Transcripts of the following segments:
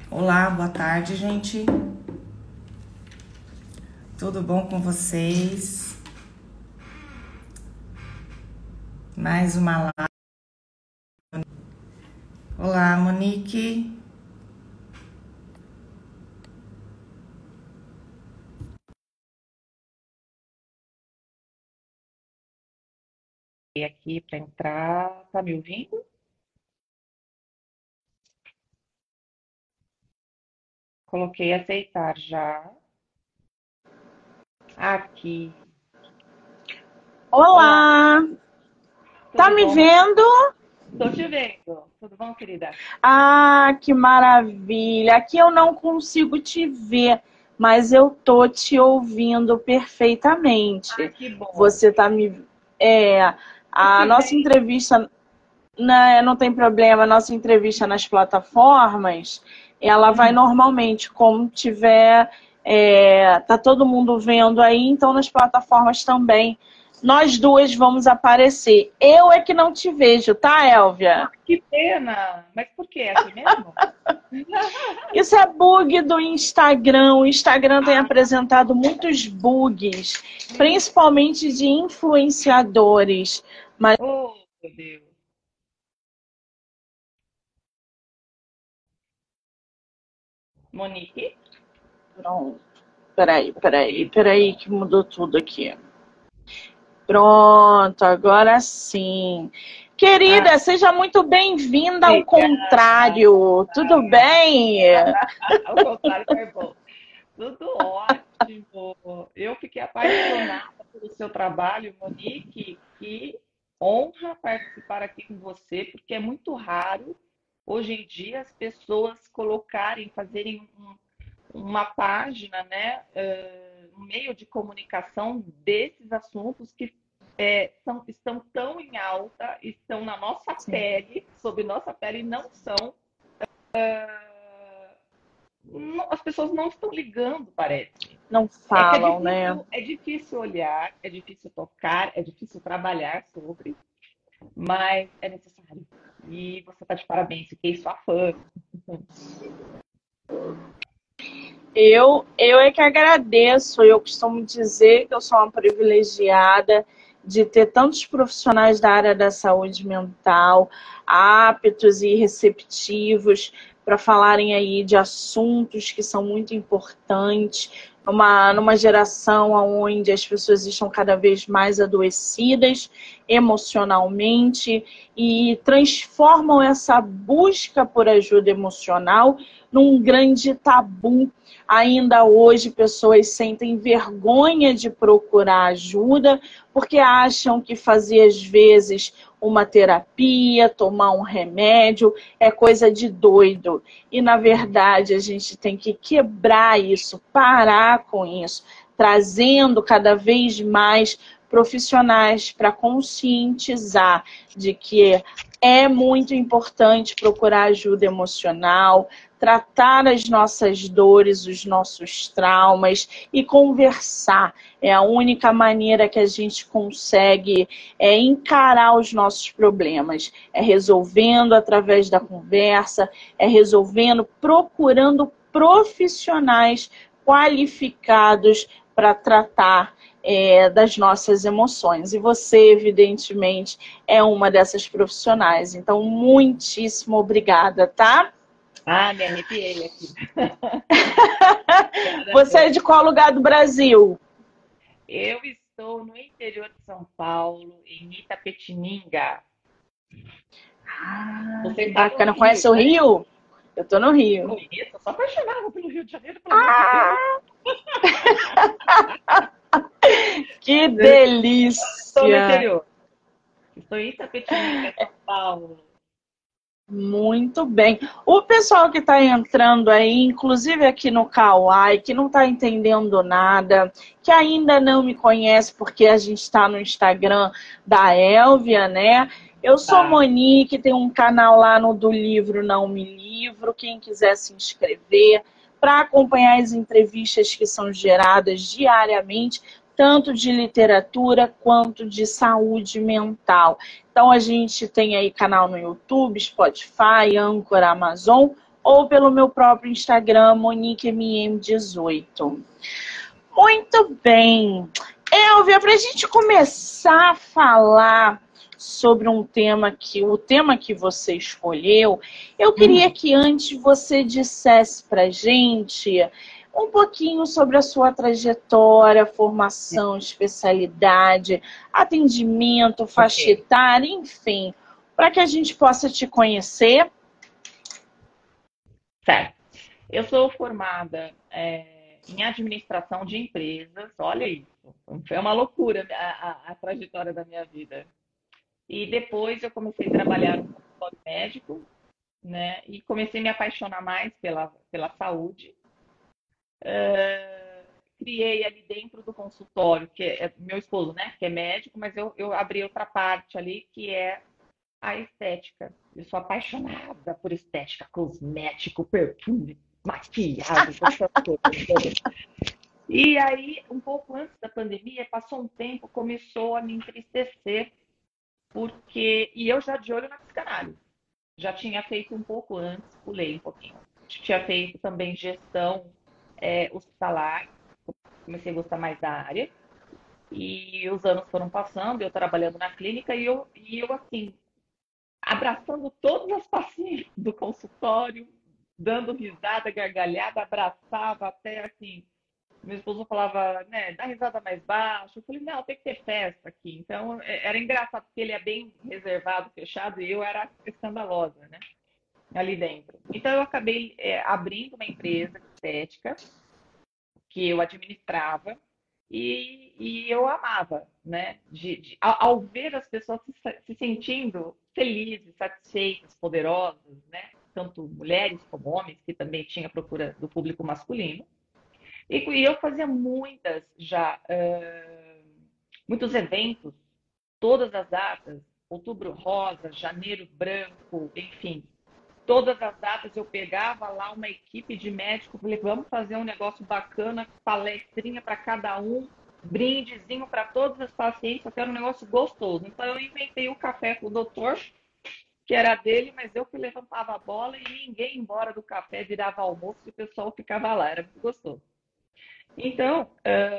Olá, boa tarde, gente. Tudo bom com vocês? Mais uma live. Olá, Monique. Aqui para entrar. Tá me ouvindo? Coloquei aceitar já. Aqui. Olá, Olá, tá tudo me bom? vendo? Tô te vendo. Tudo bom, querida? Ah, que maravilha. Aqui eu não consigo te ver, mas eu tô te ouvindo Ah, perfeitamente. que bom. Você tá me é, Mês a que nossa vem. entrevista, né, não tem problema, a nossa entrevista nas plataformas, ela vai Uhum. normalmente, como tiver, tá todo mundo vendo aí, então nas plataformas também. Nós duas vamos aparecer. Eu é que não te vejo, tá, Elvia? Que pena. Mas por quê? É assim mesmo? Isso é bug do Instagram. O Instagram tem Ah, apresentado muitos bugs, hum. principalmente de influenciadores. Mas Oh, meu Deus. Monique? pronto. Peraí, que mudou tudo aqui. Pronto, agora sim. Ah, Querida, seja muito bem-vinda ao obrigada. contrário. Tudo bem? Ao contrário, foi bom. Tudo ótimo. Eu fiquei apaixonada pelo seu trabalho, Monique. Que honra participar aqui com você, porque é muito raro hoje em dia as pessoas colocarem, fazerem uma página, né, um meio de comunicação desses assuntos que estão tão em alta, estão na nossa Sim, pele, sob nossa pele, e não são. As pessoas não estão ligando, parece. não É que falam, né? é difícil olhar, é difícil tocar, é difícil trabalhar sobre, mas é necessário. E você está de parabéns, fiquei sua fã. Eu é que agradeço. Eu costumo dizer que eu sou uma privilegiada de ter tantos profissionais da área da saúde mental, aptos e receptivos para falarem aí de assuntos que são muito importantes, numa geração onde as pessoas estão cada vez mais adoecidas emocionalmente e transformam essa busca por ajuda emocional num grande tabu. Ainda hoje, pessoas sentem vergonha de procurar ajuda porque acham que fazer, às vezes, uma terapia, tomar um remédio, é coisa de doido. E, na verdade, a gente tem que quebrar isso, parar com isso, trazendo cada vez mais profissionais para conscientizar de que é muito importante procurar ajuda emocional, tratar as nossas dores, os nossos traumas e conversar. É a única maneira que a gente consegue encarar os nossos problemas. É resolvendo através da conversa, é resolvendo, procurando profissionais qualificados para tratar das nossas emoções. E você, evidentemente, é uma dessas profissionais. Então, muitíssimo obrigada, tá? Ah, me arrepiei aqui. Obrigada Você é mesmo. de qual lugar do Brasil? Eu estou no interior de São Paulo, em Itapetininga. Ah, Você que está no bacana. Rio, Conhece o né? Rio? Eu tô no Rio. Conheço, sou apaixonada pelo Rio de Janeiro, pelo amor de Deus. Ah, que Estou no delícia! interior. Estou em Itapetininga, São Paulo. Muito bem. O pessoal que está entrando aí, inclusive aqui no Kauai, que não está entendendo nada, que ainda não me conhece porque a gente está no Instagram da Elvia, né? Eu sou Tá. Monique, tem um canal lá no Do Livro Não Me Livro, quem quiser se inscrever para acompanhar as entrevistas que são geradas diariamente, tanto de literatura quanto de saúde mental. Então a gente tem aí canal no YouTube, Spotify, Anchor, Amazon, ou pelo meu próprio Instagram, MoniqueMM18. Muito bem. Elvia, para a gente começar a falar sobre o tema que você escolheu, eu queria que antes você dissesse para a gente um pouquinho sobre a sua trajetória, formação, especialidade, atendimento, faixa etária, enfim, para que a gente possa te conhecer. Certo. Eu sou formada em administração de empresas, olha isso, foi uma loucura a trajetória da minha vida. E depois eu comecei a trabalhar no consultório médico, né? E comecei a me apaixonar mais pela saúde. Criei ali dentro do consultório, que é meu esposo, né? Que é médico, mas eu abri outra parte ali, que é a estética. Eu sou apaixonada por estética, cosmético, perfume, maquiagem, essas coisas. E aí, um pouco antes da pandemia, passou um tempo, começou a me entristecer, e eu já de olho na psicanálise. Já tinha feito um pouco antes, pulei um pouquinho. Tinha feito também gestão hospitalar, comecei a gostar mais da área. E os anos foram passando, eu trabalhando na clínica e eu assim, abraçando todas as pacientes do consultório, dando risada, gargalhada, abraçava até assim. Meu esposo falava, né, dá risada mais baixa. Eu falei, não, tem que ter festa aqui. Então, era engraçado, porque ele é bem reservado, fechado, e eu era escandalosa, né, ali dentro. Então, eu acabei abrindo uma empresa de estética, que eu administrava, e eu amava, né, ao ver as pessoas se sentindo felizes, satisfeitas, poderosas, né, tanto mulheres como homens, que também tinha procura do público masculino. E eu fazia muitos eventos, todas as datas, outubro rosa, janeiro branco, enfim. Todas as datas eu pegava lá uma equipe de médicos, falei, vamos fazer um negócio bacana, palestrinha para cada um, brindezinho para todos os pacientes, eu quero um negócio gostoso. Então eu inventei o café com o doutor, que era dele, mas eu que levantava a bola e ninguém ia embora do café, virava almoço e o pessoal ficava lá, era muito gostoso. Então,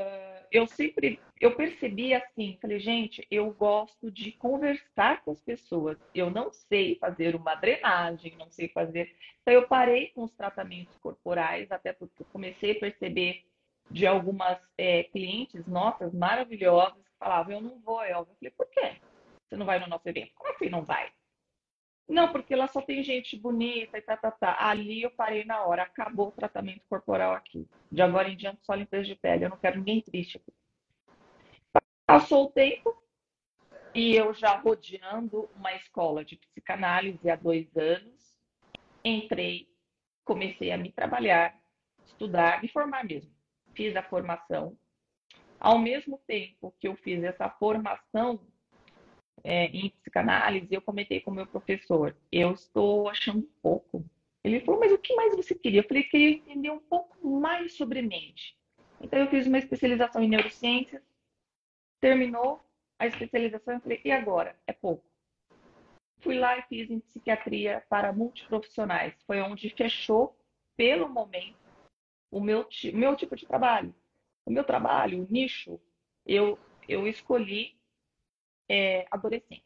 eu percebi assim, falei, gente, eu gosto de conversar com as pessoas. Eu não sei fazer uma drenagem, não sei fazer. Então, eu parei com os tratamentos corporais, até porque eu comecei a perceber de algumas clientes nossas maravilhosas que falavam, eu não vou, Elva. Eu falei, por quê? Você não vai no nosso evento? Como assim não vai? Não, porque lá só tem gente bonita e tá. Ali eu parei na hora, acabou o tratamento corporal aqui. De agora em diante, só limpeza de pele. Eu não quero ninguém triste aqui. Passou o tempo e eu já rodeando uma escola de psicanálise há 2 anos, entrei, comecei a me trabalhar, estudar, me formar mesmo. Fiz a formação. Ao mesmo tempo que eu fiz essa formação, em psicanálise, eu comentei com o meu professor, eu estou achando pouco. Ele falou, mas o que mais você queria? Eu falei, queria entender um pouco mais sobre mente. Então, eu fiz uma especialização em neurociências, terminou a especialização, eu falei, e agora? É pouco. Fui lá e fiz em psiquiatria para multiprofissionais. Foi onde fechou, pelo momento, o meu tipo de trabalho. O meu trabalho, o nicho, eu escolhi adolescente.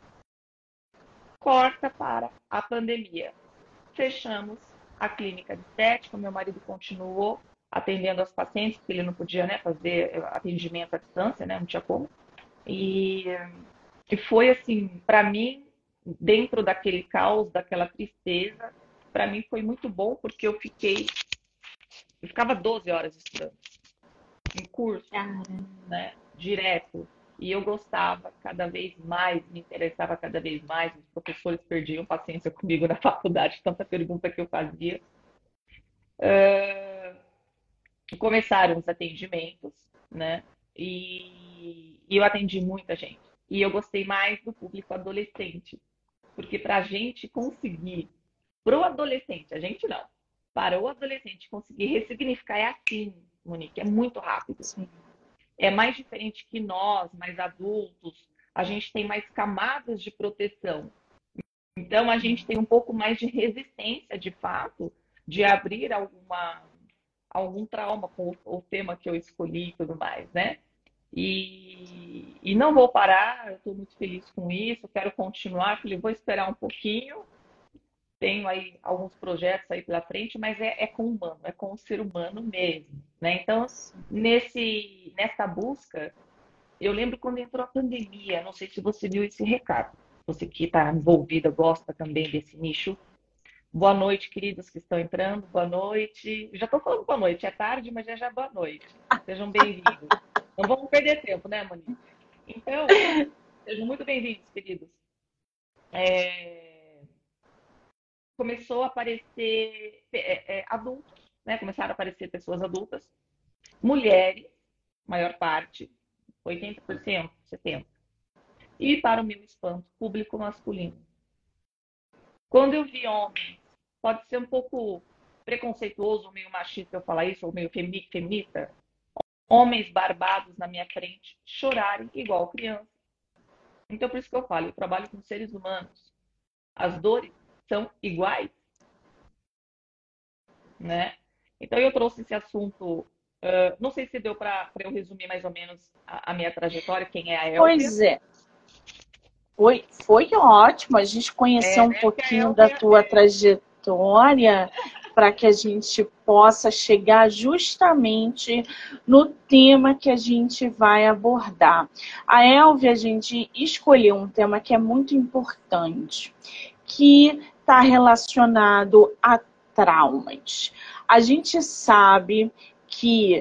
Corta para a pandemia. Fechamos a clínica de estética, meu marido continuou atendendo as pacientes, porque ele não podia, né, fazer atendimento à distância, né, não tinha como. E foi assim, para mim, dentro daquele caos, daquela tristeza, para mim foi muito bom, porque eu ficava 12 horas estudando, em curso, né, direto. E eu gostava cada vez mais, me interessava cada vez mais. Os professores perdiam paciência comigo na faculdade, tanta pergunta que eu fazia. Começaram os atendimentos, né? E eu atendi muita gente. E eu gostei mais do público adolescente, porque para a gente conseguir, para o adolescente, a gente não, para o adolescente conseguir ressignificar é assim, Monique, é muito rápido. Sim. É mais diferente que nós, mais adultos, a gente tem mais camadas de proteção. Então, a gente tem um pouco mais de resistência, de fato, de abrir algum trauma com o tema que eu escolhi e tudo mais, né? E não vou parar, eu estou muito feliz com isso, quero continuar. Falei, vou esperar um pouquinho. Tenho aí alguns projetos aí pela frente, mas é com o humano, é com o ser humano mesmo, né? Então, nessa busca, eu lembro quando entrou a pandemia, não sei se você viu esse recado. Você que está envolvida, gosta também desse nicho. Boa noite, queridos que estão entrando, boa noite. Já estou falando boa noite, é tarde, mas já é boa noite. Sejam bem-vindos. Não vamos perder tempo, né, Monique? Então, sejam muito bem-vindos, queridos. Começou a aparecer adultos, né? Começaram a aparecer pessoas adultas, mulheres, maior parte, 80%, 70%. E, para o meu espanto, público masculino. Quando eu vi homens, pode ser um pouco preconceituoso, meio machista eu falar isso, ou meio feminista, homens barbados na minha frente chorarem igual criança. Então, por isso que eu falo, eu trabalho com seres humanos. As dores são iguais, né? Então, eu trouxe esse assunto. Não sei se deu para eu resumir mais ou menos a minha trajetória, quem é a Elvia. Pois é. Foi ótimo a gente conhecer um pouquinho da tua trajetória para que a gente possa chegar justamente no tema que a gente vai abordar. A Elvia, a gente escolheu um tema que é muito importante, que está relacionado a traumas. A gente sabe que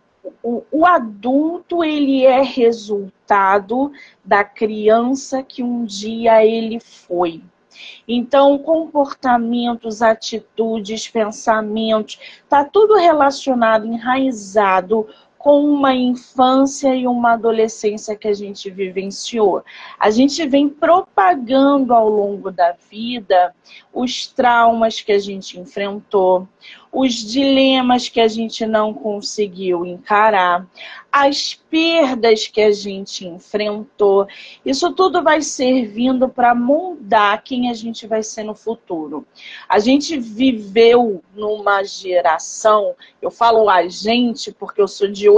o adulto, ele é resultado da criança que um dia ele foi. Então, comportamentos, atitudes, pensamentos, está tudo relacionado, enraizado com uma infância e uma adolescência que a gente vivenciou. A gente vem propagando ao longo da vida os traumas que a gente enfrentou, os dilemas que a gente não conseguiu encarar, as perdas que a gente enfrentou. Isso tudo vai servindo para moldar quem a gente vai ser no futuro. A gente viveu numa geração, eu falo a gente porque eu sou de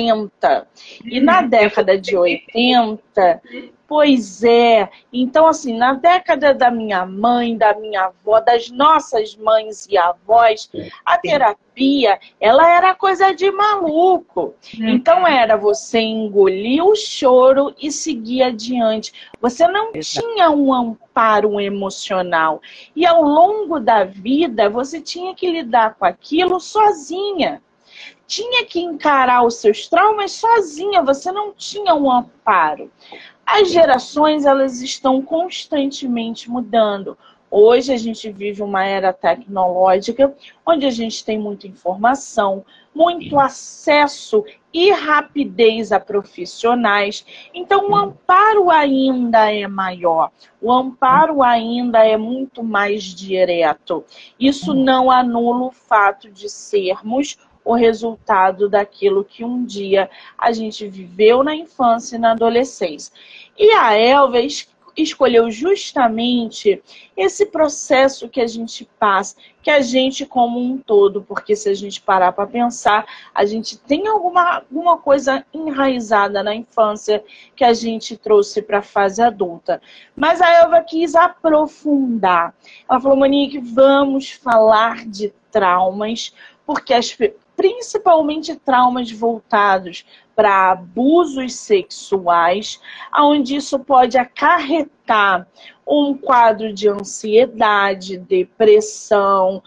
80, e na década de 80... Pois é. Então, assim, na década da minha mãe, da minha avó, das nossas mães e avós, a terapia, ela era coisa de maluco. Então, era você engolir o choro e seguir adiante. Você não tinha um amparo emocional. E ao longo da vida, você tinha que lidar com aquilo sozinha. Tinha que encarar os seus traumas sozinha. Você não tinha um amparo. As gerações, elas estão constantemente mudando. Hoje a gente vive uma era tecnológica, onde a gente tem muita informação, muito acesso e rapidez a profissionais. Então, o amparo ainda é maior. O amparo ainda é muito mais direto. Isso não anula o fato de sermos o resultado daquilo que um dia a gente viveu na infância e na adolescência. E a Elvia escolheu justamente esse processo que a gente passa, que a gente como um todo, porque se a gente parar para pensar, a gente tem alguma coisa enraizada na infância que a gente trouxe para a fase adulta. Mas a Elvia quis aprofundar. Ela falou, Monique, vamos falar de traumas, porque principalmente traumas voltados para abusos sexuais, onde isso pode acarretar um quadro de ansiedade, depressão,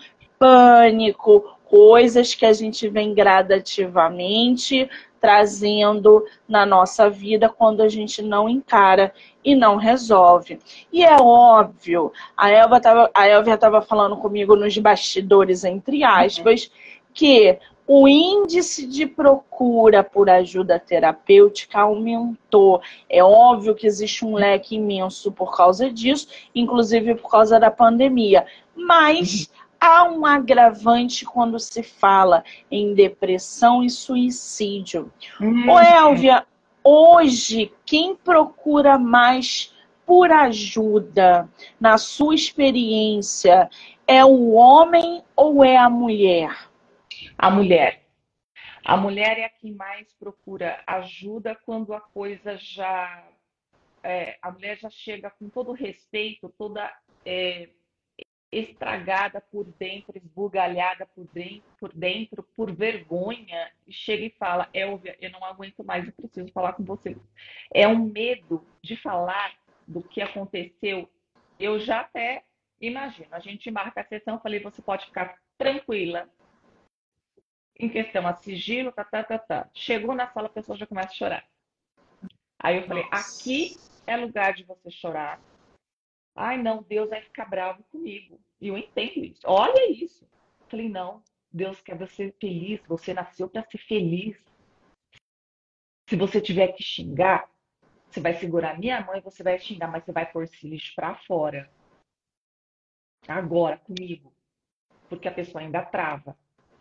pânico, coisas que a gente vem gradativamente trazendo na nossa vida quando a gente não encara e não resolve. E é óbvio, a Elvia estava falando comigo nos bastidores, entre aspas, que o índice de procura por ajuda terapêutica aumentou. É óbvio que existe um leque imenso por causa disso, inclusive por causa da pandemia. Mas há um agravante quando se fala em depressão e suicídio. Ô, Elvia, hoje, quem procura mais por ajuda, na sua experiência, é o homem ou é a mulher? A mulher. A mulher é a que mais procura ajuda quando a coisa já... a mulher já chega com todo o respeito, toda estragada por dentro, esbugalhada por vergonha, e chega e fala, Elvia, eu não aguento mais, eu preciso falar com você. É um medo de falar do que aconteceu. Eu já até imagino, a gente marca a sessão, falei, você pode ficar tranquila, em questão a sigilo, tá. Chegou na sala, a pessoa já começa a chorar. Aí eu falei, aqui é lugar de você chorar. Ai, não, Deus vai ficar bravo comigo. E eu entendo isso. Olha isso. Eu falei, não, Deus quer você feliz. Você nasceu para ser feliz. Se você tiver que xingar, você vai segurar minha mãe, você vai xingar, mas você vai pôr esse lixo para fora. Agora, comigo. Porque a pessoa ainda trava.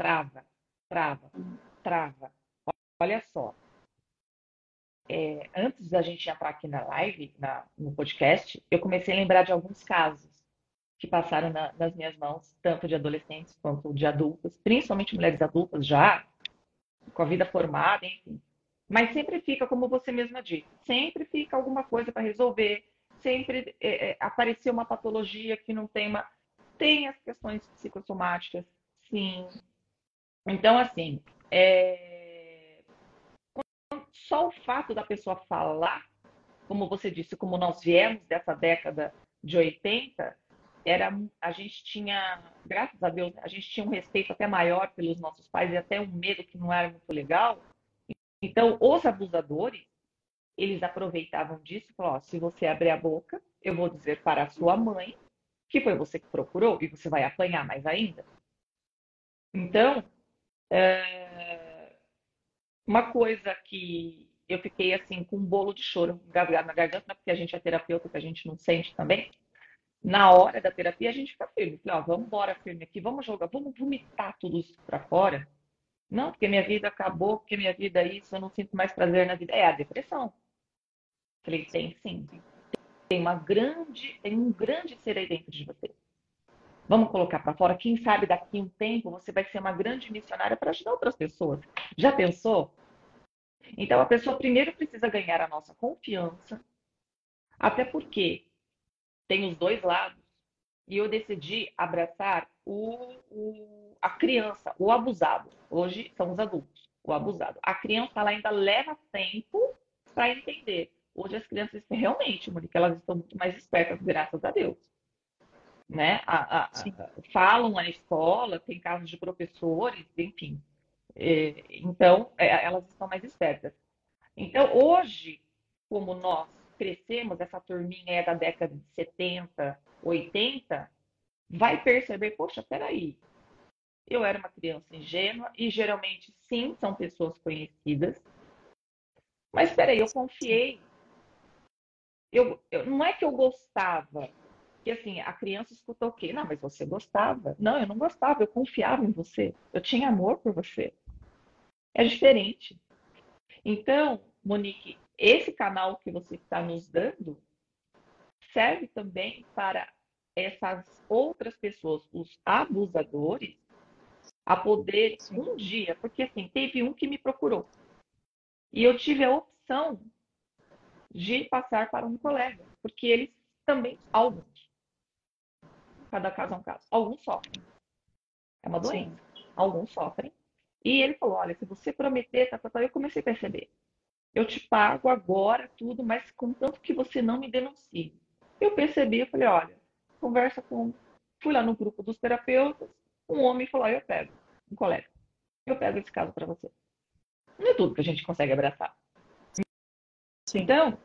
Olha só. Antes da gente entrar aqui na live, no podcast, eu comecei a lembrar de alguns casos que passaram nas minhas mãos, tanto de adolescentes quanto de adultas, principalmente mulheres adultas já, com a vida formada, enfim. Mas sempre fica, como você mesma disse, sempre fica alguma coisa para resolver, sempre apareceu uma patologia que não tem uma... Tem as questões psicossomáticas, sim. Então, assim, só o fato da pessoa falar, como você disse, como nós viemos dessa década de 80, a gente tinha, graças a Deus, a gente tinha um respeito até maior pelos nossos pais e até um medo que não era muito legal. Então, os abusadores, eles aproveitavam disso e falavam, se você abrir a boca, eu vou dizer para a sua mãe que foi você que procurou e você vai apanhar mais ainda. Então, uma coisa que eu fiquei assim com um bolo de choro engasgado na garganta, porque a gente é terapeuta, que a gente não sente também. Na hora da terapia, a gente fica firme. Ó, vamos embora firme aqui, vamos jogar, vamos vomitar tudo isso para fora. Não, porque minha vida acabou, porque minha vida é isso, eu não sinto mais prazer na vida. É a depressão. Falei, tem sim. Tem um grande ser aí dentro de você. Vamos colocar para fora. Quem sabe daqui a um tempo você vai ser uma grande missionária para ajudar outras pessoas. Já pensou? Então a pessoa primeiro precisa ganhar a nossa confiança, até porque tem os dois lados. E eu decidi abraçar a criança, o abusado. Hoje são os adultos, o abusado. A criança ela ainda leva tempo para entender. Hoje as crianças realmente, Monique, elas estão muito mais espertas, graças a Deus. Né? Falam na escola, tem casos de professores, enfim. Então, elas estão mais espertas. Então, hoje, como nós crescemos, essa turminha da década de 70, 80, vai perceber, poxa, peraí, eu era uma criança ingênua e geralmente, sim, são pessoas conhecidas, mas peraí, eu confiei. Não é que eu gostava, que assim, a criança escutou o quê? Não, mas você gostava. Não, eu não gostava, eu confiava em você, eu tinha amor por você. É diferente. Então, Monique, esse canal que você está nos dando serve também para essas outras pessoas, os abusadores, a poder um dia, porque assim, teve um que me procurou e eu tive a opção de passar para um colega, porque eles também, alguns, cada caso é um caso, alguns sofrem, é uma doença, alguns sofrem, e ele falou, olha, se você prometer, eu comecei a perceber, eu te pago agora tudo, mas contanto que você não me denuncie. Eu percebi, eu falei, olha, conversa com... Fui lá no grupo dos terapeutas, um homem falou, eu pego, um colega, eu pego esse caso para você. Não é tudo que a gente consegue abraçar. Sim. Então,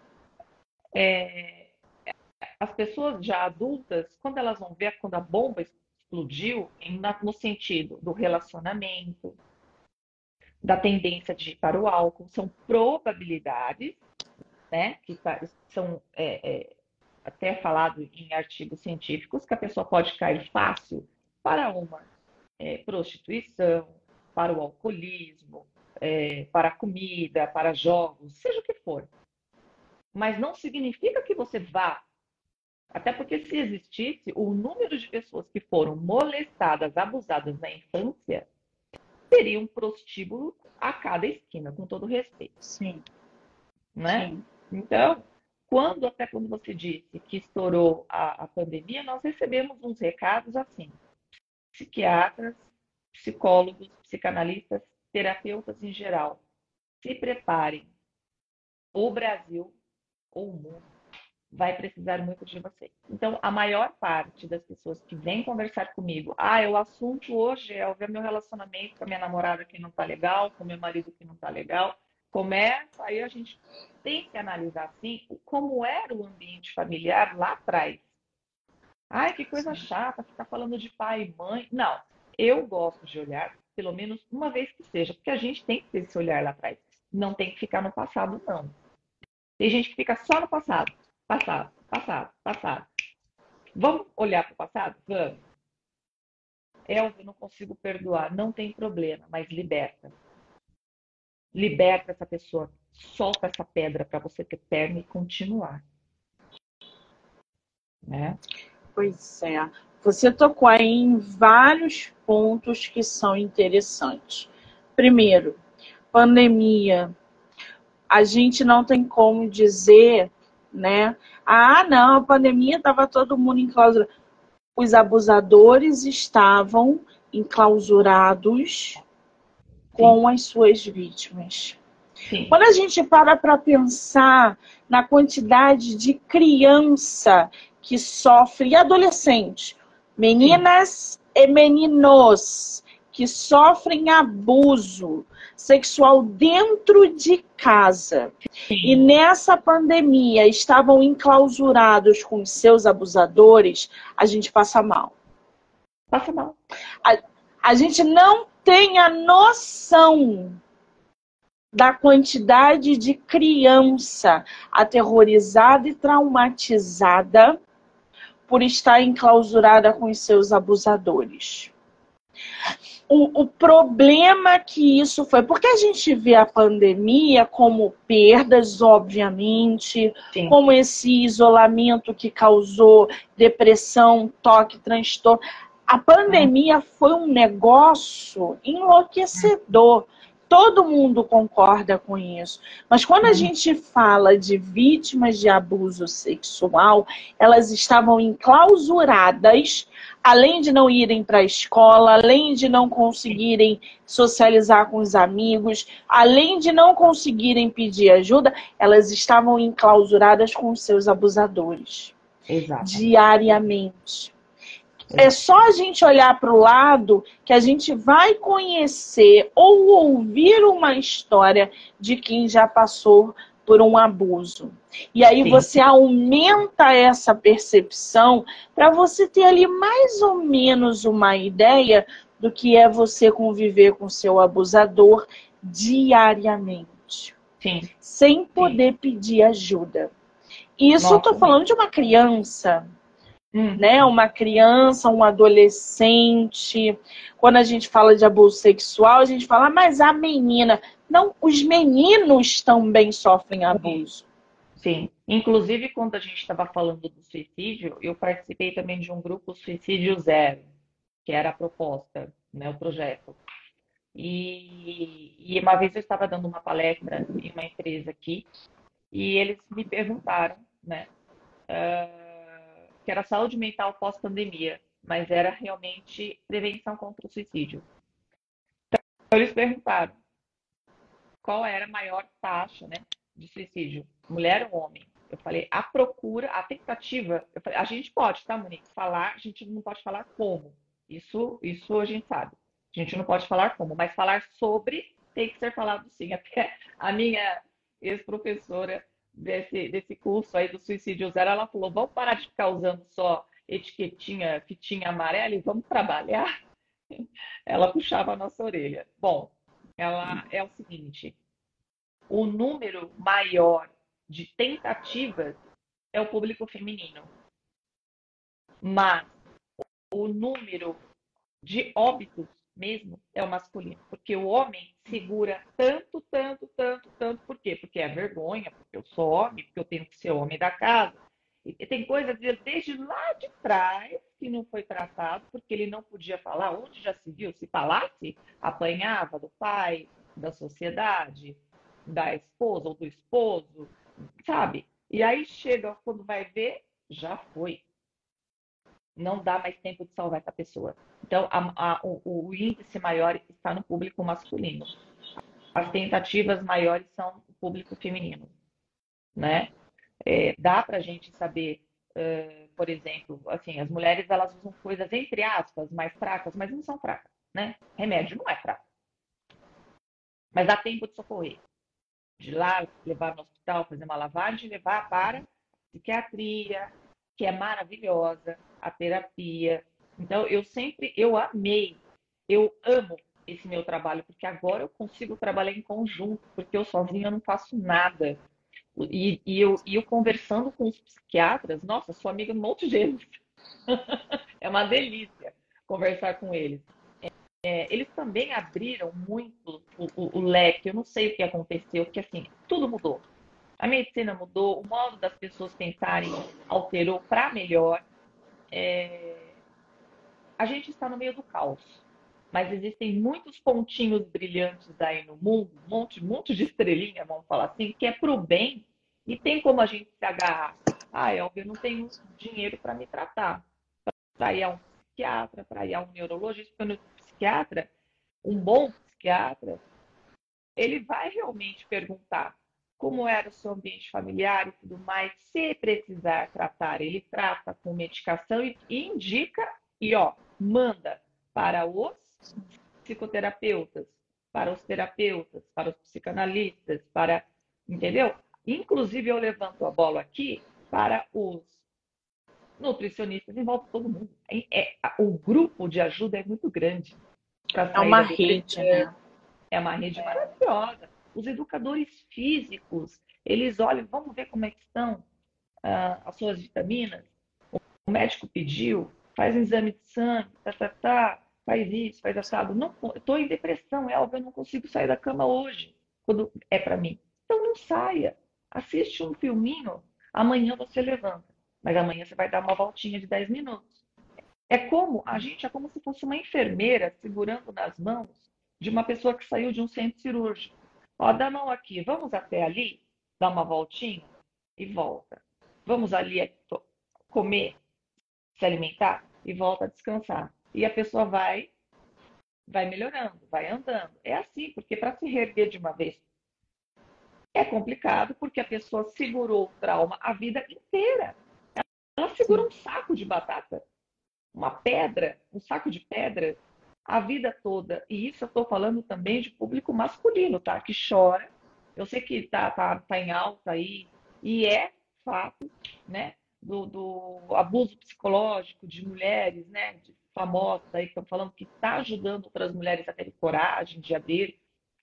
as pessoas já adultas, quando elas vão ver, quando a bomba explodiu, no sentido do relacionamento, da tendência de ir para o álcool, são probabilidades, né, que são até falado em artigos científicos, que a pessoa pode cair fácil para uma prostituição, para o alcoolismo, para a comida, para jogos, seja o que for. Mas não significa que você vá Até porque se existisse, o número de pessoas que foram molestadas, abusadas na infância, seria um prostíbulo a cada esquina, com todo respeito, Sim, né? sim. Então, até quando você disse que estourou a pandemia, nós recebemos uns recados assim, psiquiatras, psicólogos, psicanalistas, terapeutas em geral, se preparem, o Brasil ou o mundo vai precisar muito de você. Então, a maior parte das pessoas que vêm conversar comigo, o assunto hoje é o meu relacionamento com a minha namorada que não tá legal, com o meu marido que não tá legal. Começa, aí a gente tem que analisar assim como era o ambiente familiar lá atrás. Ai, que coisa Sim. chata ficar falando de pai e mãe. Não, eu gosto de olhar, pelo menos uma vez que seja, porque a gente tem que ter esse olhar lá atrás. Não tem que ficar no passado, não. Tem gente que fica só no passado. Passado, passado, passado. Vamos olhar para o passado? Vamos. Elvio, eu não consigo perdoar. Não tem problema, mas liberta. Liberta essa pessoa. Solta essa pedra para você ter perna e continuar. Né? Pois é. Você tocou aí em vários pontos que são interessantes. Primeiro, pandemia. A gente não tem como dizer, né? Ah, não, a pandemia estava todo mundo enclausurado. Os abusadores estavam enclausurados Sim, com as suas vítimas. sim. Quando a gente para pensar na quantidade de criança que sofre, e adolescente, Sim. meninas e meninos que sofrem abuso sexual dentro de casa e Sim. nessa pandemia estavam enclausurados com seus abusadores, a gente passa mal. Passa mal. A gente não tem a noção da quantidade de criança aterrorizada e traumatizada por estar enclausurada com os seus abusadores. O problema que isso foi, porque a gente vê a pandemia como perdas, obviamente, Sim. como esse isolamento que causou depressão, toque, transtorno. A pandemia foi um negócio enlouquecedor. Todo mundo concorda com isso. Mas quando a gente fala de vítimas de abuso sexual, elas estavam enclausuradas, além de não irem para a escola, além de não conseguirem socializar com os amigos, além de não conseguirem pedir ajuda, elas estavam enclausuradas com os seus abusadores. Exatamente. Diariamente. É só a gente olhar para o lado que a gente vai conhecer ou ouvir uma história de quem já passou por um abuso. E aí Sim. você aumenta essa percepção para você ter ali mais ou menos uma ideia do que é você conviver com seu abusador diariamente, Sim. sem poder pedir ajuda. Isso eu Nossa, estou falando de uma criança, Uhum. né? Uma criança, um adolescente. Quando a gente fala de abuso sexual, a gente fala, mas a menina. Não, os meninos também sofrem abuso. Sim. Inclusive, quando a gente estava falando do suicídio, eu participei também de um grupo Suicídio Zero, que era a proposta, né, o projeto. E uma vez eu estava dando uma palestra em uma empresa aqui, e eles me perguntaram, né, que era saúde mental pós-pandemia, mas era realmente prevenção contra o suicídio. Então, eles perguntaram qual era a maior taxa, né, de suicídio, mulher ou homem. Eu falei, a procura, a tentativa, eu falei, a gente pode, tá, Monique? Falar, a gente não pode falar como. Isso a gente sabe. A gente não pode falar como, mas falar sobre tem que ser falado sim. Até a minha ex-professora desse curso aí do Suicídio Zero, ela falou, vamos parar de ficar usando só etiquetinha, fitinha amarela e vamos trabalhar. Ela puxava a nossa orelha. Bom, ela é o seguinte, o número maior de tentativas é o público feminino, mas o número de óbitos mesmo é o masculino, porque o homem segura tanto, tanto, tanto, tanto, por quê? Porque é vergonha, porque eu sou homem, porque eu tenho que ser homem da casa. E tem coisa desde lá de trás que não foi tratado, porque ele não podia falar. Onde já se viu? Se falasse, apanhava do pai, da sociedade, da esposa ou do esposo, sabe? E aí chega, quando vai ver, já foi. Não dá mais tempo de salvar essa pessoa. Então, o índice maior está no público masculino. As tentativas maiores são o público feminino, né? Dá para a gente saber, por exemplo, assim, as mulheres elas usam coisas entre aspas mais fracas, mas não são fracas, né? Remédio não é fraco, mas dá tempo de socorrer, de ir lá levar no hospital, fazer uma lavagem, levar para psiquiatria, que é maravilhosa, a terapia. Então eu amei, eu amo esse meu trabalho, porque agora eu consigo trabalhar em conjunto, porque eu sozinha eu não faço nada. E eu conversando com os psiquiatras, nossa, sou amiga de um monte deles. É uma delícia conversar com eles. Eles também abriram muito o leque. Eu não sei o que aconteceu, porque assim, tudo mudou. A medicina mudou, o modo das pessoas pensarem alterou para melhor. A gente está no meio do caos, mas existem muitos pontinhos brilhantes aí no mundo, um monte de estrelinha, vamos falar assim, que é para o bem e tem como a gente se agarrar. Ah, Elvia, eu não tenho dinheiro para me tratar, para ir a um psiquiatra, para ir a um neurologista, porque o psiquiatra, um bom psiquiatra, ele vai realmente perguntar como era o seu ambiente familiar e tudo mais. Se precisar tratar, ele trata com medicação e indica e manda para os psicoterapeutas, para os terapeutas, para os psicanalistas, entendeu? Inclusive eu levanto a bola aqui para os nutricionistas, envolve todo mundo. O grupo de ajuda é muito grande para É sair uma da rede, depressão. né? É uma rede maravilhosa. Os educadores físicos, eles olham, vamos ver como é que estão as suas vitaminas. O médico pediu, faz um exame de sangue, faz isso, faz assado. Não, estou em depressão, Elvia, eu não consigo sair da cama hoje, quando é para mim. Então não saia. Assiste um filminho, amanhã você levanta. Mas amanhã você vai dar uma voltinha de 10 minutos. A gente é como se fosse uma enfermeira segurando nas mãos de uma pessoa que saiu de um centro cirúrgico. Ó, dá a mão aqui, vamos até ali, dar uma voltinha e volta. Vamos ali comer, se alimentar e volta a descansar. E a pessoa vai melhorando, vai andando. É assim, porque para se reerguer de uma vez é complicado, porque a pessoa segurou o trauma a vida inteira. Ela segura um saco de batata, uma pedra, um saco de pedra, a vida toda. E isso eu estou falando também de público masculino, tá? Que chora. Eu sei que tá em alta aí, e é fato, né? Do abuso psicológico de mulheres, né? De famosas aí que estão falando que está ajudando outras mulheres a terem coragem de abrir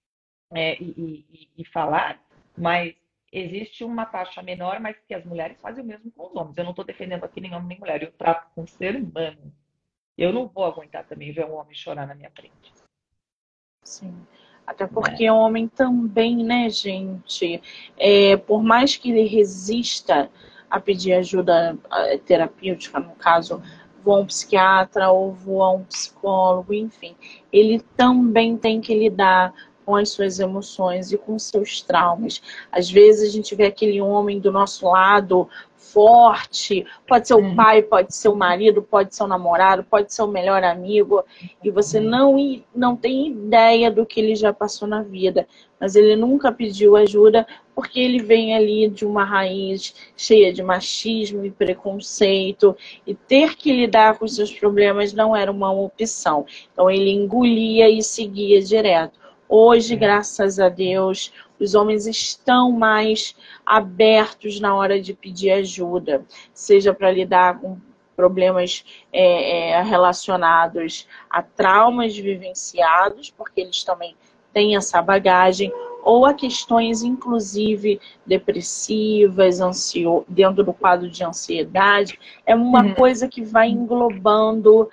e falar, mas existe uma taxa menor, mas que as mulheres fazem o mesmo com os homens. Eu não estou defendendo aqui nem homem nem mulher, eu trato com ser humano. Eu não vou aguentar também ver um homem chorar na minha frente. Sim. Até porque o homem também, né, gente? Por mais que ele resista a pedir ajuda terapêutica, no caso, vou a um psiquiatra ou vou a um psicólogo, enfim, ele também tem que lidar com as suas emoções e com seus traumas. Às vezes a gente vê aquele homem do nosso lado forte, pode ser o pai, pode ser o marido, pode ser o namorado, pode ser o melhor amigo, e você não tem ideia do que ele já passou na vida, mas ele nunca pediu ajuda porque ele vem ali de uma raiz cheia de machismo e preconceito, e ter que lidar com os seus problemas não era uma opção. Então ele engolia e seguia direto. Hoje, graças a Deus, os homens estão mais abertos na hora de pedir ajuda, seja para lidar com problemas relacionados a traumas vivenciados, porque eles também têm essa bagagem, ou a questões, inclusive, depressivas, dentro do quadro de ansiedade. É uma coisa que vai englobando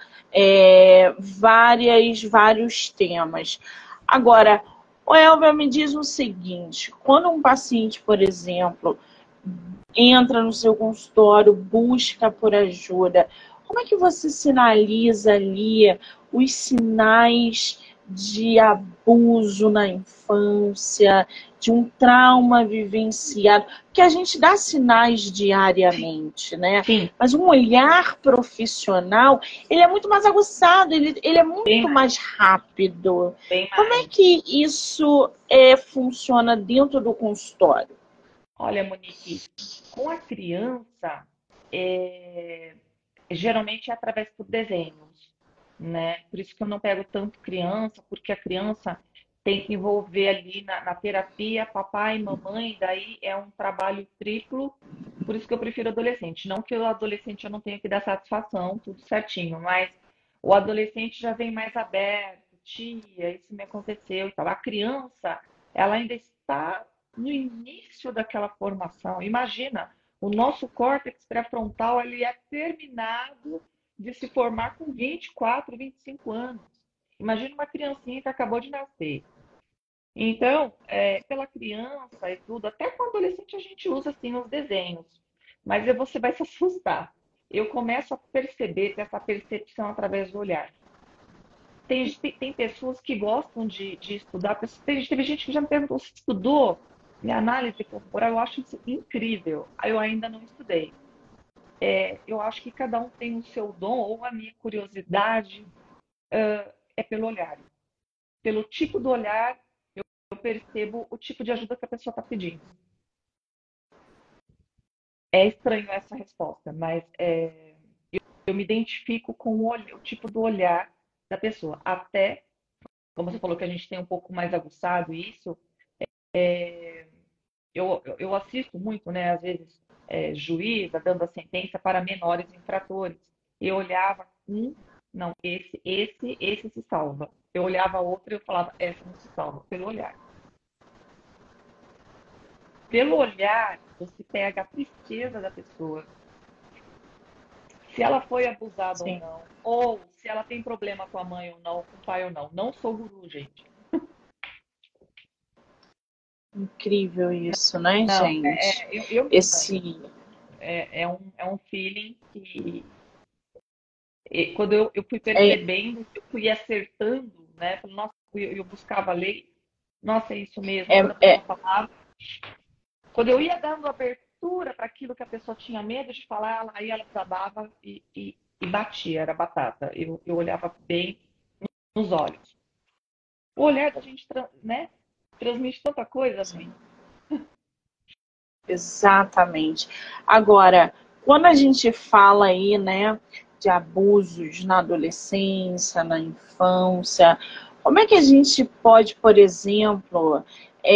vários temas. Agora, o Elvia, me diz o seguinte, quando um paciente, por exemplo, entra no seu consultório, busca por ajuda. Como é que você sinaliza ali os sinais de abuso na infância, de um trauma vivenciado? Porque a gente dá sinais diariamente, né? Sim, Mas um olhar profissional, ele é muito mais aguçado, ele é bem muito mais, mais rápido. bem Como é mais. que isso funciona dentro do consultório? Olha, Monique, com a criança, é, geralmente é através por desenhos, né? Por isso que eu não pego tanto criança, porque a criança tem que envolver ali na terapia papai e mamãe, daí é um trabalho triplo, por isso que eu prefiro adolescente. Não que o adolescente eu não tenha que dar satisfação, tudo certinho, mas o adolescente já vem mais aberto, tia, isso me aconteceu e tal. A criança, ela ainda está no início daquela formação. Imagina, o nosso córtex pré-frontal ele é terminado de se formar com 24, 25 anos. Imagina uma criancinha que acabou de nascer. Então, pela criança e tudo, até com o adolescente a gente usa assim os desenhos, mas você vai se assustar. Eu começo a perceber, ter essa percepção através do olhar. Tem pessoas que gostam de estudar, teve gente que já me perguntou se estudou minha análise corporal, eu acho isso incrível. Eu ainda não estudei. Eu acho que cada um tem o seu dom, ou a minha curiosidade é pelo olhar. Pelo tipo do olhar, eu percebo o tipo de ajuda que a pessoa está pedindo. É estranho essa resposta, mas eu me identifico com o tipo do olhar da pessoa. Até, como você falou que a gente tem um pouco mais aguçado isso, eu assisto muito, né, às vezes, juíza dando a sentença para menores infratores. Eu olhava não, esse se salva. Eu olhava outro e eu falava, essa não se salva, pelo olhar. Pelo olhar, você pega a tristeza da pessoa, se ela foi abusada Sim, ou se ela tem problema com a mãe ou não, com o pai ou não. Não sou guru, gente. incrível isso, né, Não, gente? eu mesma. Esse É um feeling que, quando eu fui é, percebendo, eu fui acertando, né? Falei, nossa, eu buscava a lei. Nossa, é isso mesmo. é, Quando a é pessoa falava, quando eu ia dando abertura para aquilo que a pessoa tinha medo de falar, aí ela desabava e batia, era batata. Eu olhava bem nos olhos. O olhar da gente, né, transmite tanta coisa, mãe. exatamente. Agora, quando a gente fala aí, né, de abusos na adolescência, na infância, como é que a gente pode, por exemplo,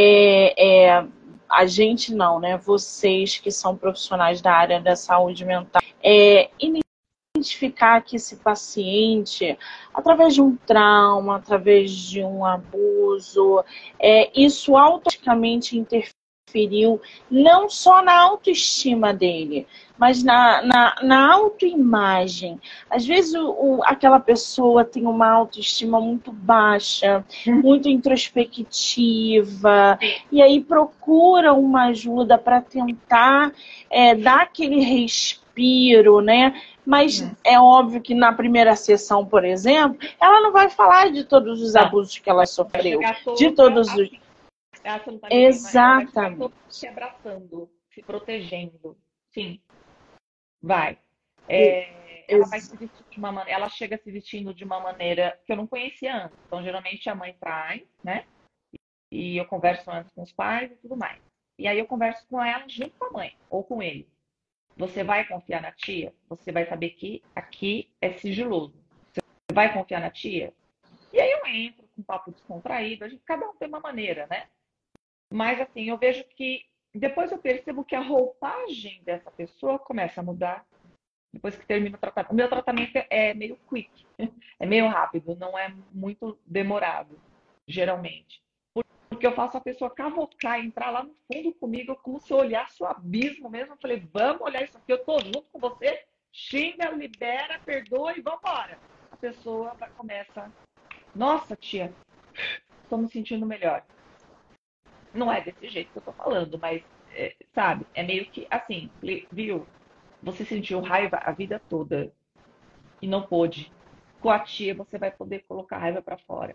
a gente não, né, vocês que são profissionais da área da saúde mental, identificar que esse paciente, através de um trauma, através de um abuso, isso automaticamente interferiu não só na autoestima dele, mas na autoimagem. Às vezes aquela pessoa tem uma autoestima muito baixa, muito introspectiva, e aí procura uma ajuda para tentar dar aquele respiro, né? Mas é óbvio que na primeira sessão, por exemplo, ela não vai falar de todos os Não, abusos que ela vai sofreu, chegar de toda todos os. assim. Você não tá me ouvindo, ela vai chegar toda Exatamente. se abraçando, se protegendo. Sim, vai. E- Ela vai ex- se vestir de uma maneira, ela chega se vestindo de uma maneira que eu não conhecia antes. Então, geralmente a mãe traz, né? E eu converso antes com os pais e tudo mais. E aí eu converso com ela junto com a mãe ou com ele. Você vai confiar na tia? Você vai saber que aqui é sigiloso. Você vai confiar na tia? E aí eu entro com um papo descontraído, cada um tem uma maneira, né? Mas assim, eu vejo que depois eu percebo que a roupagem dessa pessoa começa a mudar depois que termina o tratamento. O meu tratamento é meio quick, é meio rápido, não é muito demorado, geralmente. Porque eu faço a pessoa cavocar, entrar lá no fundo comigo, como se eu olhasse o abismo mesmo. Eu falei, vamos olhar isso aqui, eu tô junto com você, xinga, libera, perdoa e vambora. A pessoa começa, nossa, tia, estou me sentindo melhor. Não é desse jeito que eu tô falando, mas sabe, é meio que assim, viu? Você sentiu raiva a vida toda e não pôde. Com a tia você vai poder colocar a raiva pra fora.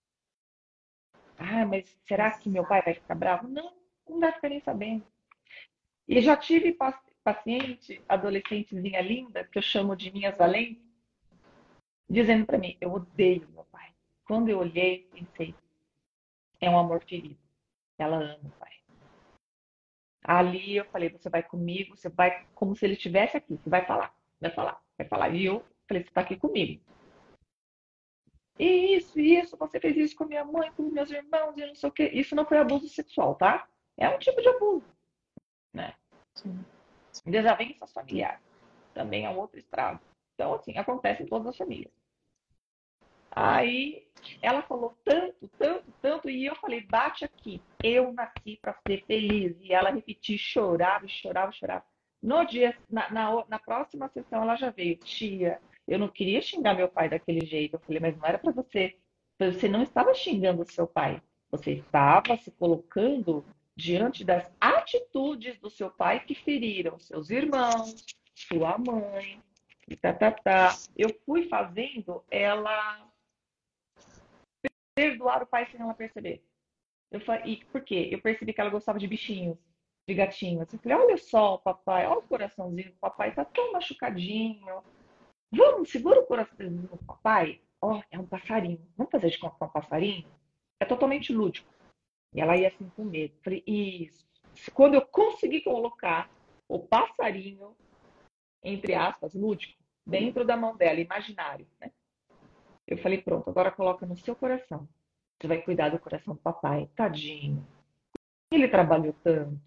Ah, mas será que meu pai vai ficar bravo? Não, não vai ficar nem sabendo. E eu já tive paciente, adolescentezinha linda, que eu chamo de minhas valentes, dizendo pra mim, eu odeio meu pai. Quando eu olhei, pensei, é um amor ferido. Ela ama o pai. Ali eu falei, você vai comigo, você vai como se ele estivesse aqui, você vai falar, vai falar, vai falar. E eu falei, você está aqui comigo. Isso, você fez isso com minha mãe, com meus irmãos, e não sei o quê. Isso não foi abuso sexual, tá? É um tipo de abuso, né? Sim. Desavença familiar também é um outro estrago. Então, assim, acontece em todas as famílias. Aí ela falou tanto, tanto, tanto, e eu falei, bate aqui. Eu nasci para ser feliz. E ela repetiu, chorava, chorava, chorava. No dia, na próxima sessão, ela já veio, tia. Eu não queria xingar meu pai daquele jeito. Eu falei, mas não era para você. Você não estava xingando o seu pai. Você estava se colocando diante das atitudes do seu pai que feriram seus irmãos, sua mãe, e tá, tá, tá. Eu fui fazendo ela perdoar o pai sem ela perceber. E por quê? Eu percebi que ela gostava de bichinhos, de gatinhos. Eu falei, olha só, papai, olha o coraçãozinho do papai, tá tão machucadinho. Vamos, segura o coraçãozinho do papai. Ó, é um passarinho. Vamos fazer de conta que é um passarinho? É totalmente lúdico. E ela ia assim com medo. Eu falei, isso. Quando eu consegui colocar o passarinho, entre aspas, lúdico, dentro da mão dela, imaginário, né? Eu falei, pronto, agora coloca no seu coração. Você vai cuidar do coração do papai. Tadinho. Ele trabalhou tanto.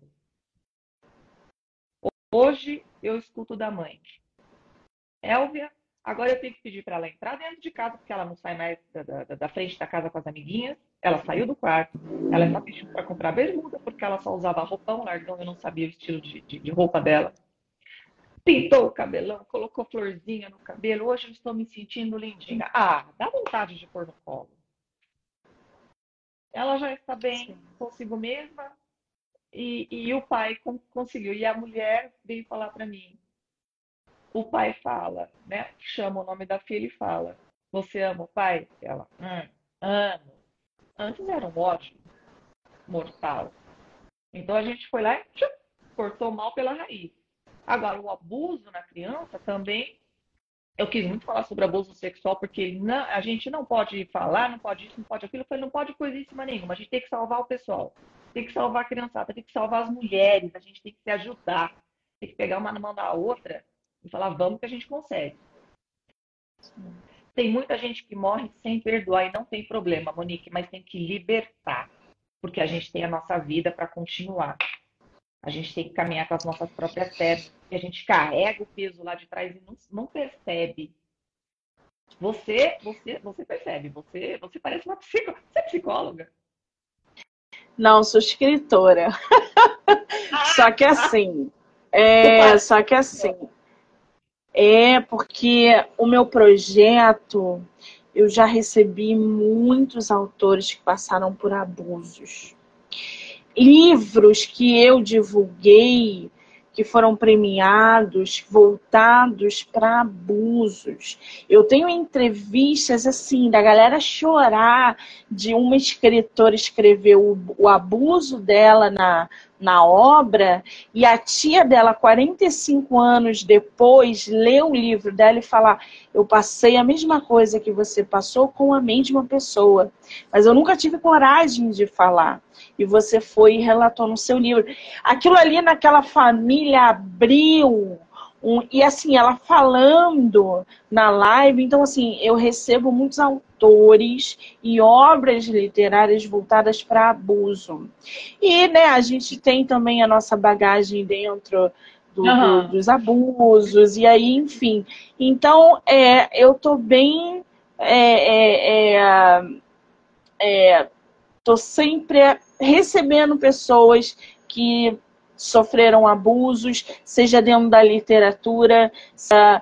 Hoje eu escuto da mãe. Elvia, agora eu tenho que pedir para ela entrar dentro de casa, porque ela não sai mais da frente da casa com as amiguinhas. Ela saiu do quarto. Ela está pedindo para comprar bermuda, porque ela só usava roupão, largão, eu não sabia o estilo de roupa dela. Pintou o cabelão, colocou florzinha no cabelo. Hoje eu estou me sentindo lindinha. Ah, dá vontade de pôr no colo. Ela já está bem consigo mesma e o pai conseguiu. E a mulher veio falar para mim. O pai fala, né? Chama o nome da filha e fala: Você ama o pai? Ela, amo. Antes era um ódio mortal. Então a gente foi lá e cortou mal pela raiz. Agora, o abuso na criança também. Eu quis muito falar sobre abuso sexual, porque a gente não pode falar, não pode isso, não pode aquilo. Eu falei, não pode coisíssima nenhuma. A gente tem que salvar o pessoal, tem que salvar a criançada, tem que salvar as mulheres, a gente tem que se ajudar, tem que pegar uma na mão da outra e falar, vamos que a gente consegue. Tem muita gente que morre sem perdoar e não tem problema, Monique, mas tem que libertar, porque a gente tem a nossa vida para continuar. A gente tem que caminhar com as nossas próprias pernas. E a gente carrega o peso lá de trás e não percebe. Você percebe. Você parece uma psicóloga. Você é psicóloga? Não, sou escritora. Só que assim, porque o meu projeto, eu já recebi muitos autores que passaram por abusos. Livros que eu divulguei, que foram premiados, voltados para abusos. Eu tenho entrevistas assim, da galera chorar de uma escritora escrever o abuso dela na obra, e a tia dela, 45 anos depois, lê o livro dela e fala: eu passei a mesma coisa que você passou com a mesma pessoa, mas eu nunca tive coragem de falar. E você foi e relatou no seu livro. Aquilo ali naquela família abriu. E assim, ela falando na live. Então assim, eu recebo muitos autores e obras literárias voltadas para abuso. E né, a gente tem também a nossa bagagem dentro dos abusos. E aí, enfim. Então, eu tô bem... Tô sempre recebendo pessoas que sofreram abusos, seja dentro da literatura, seja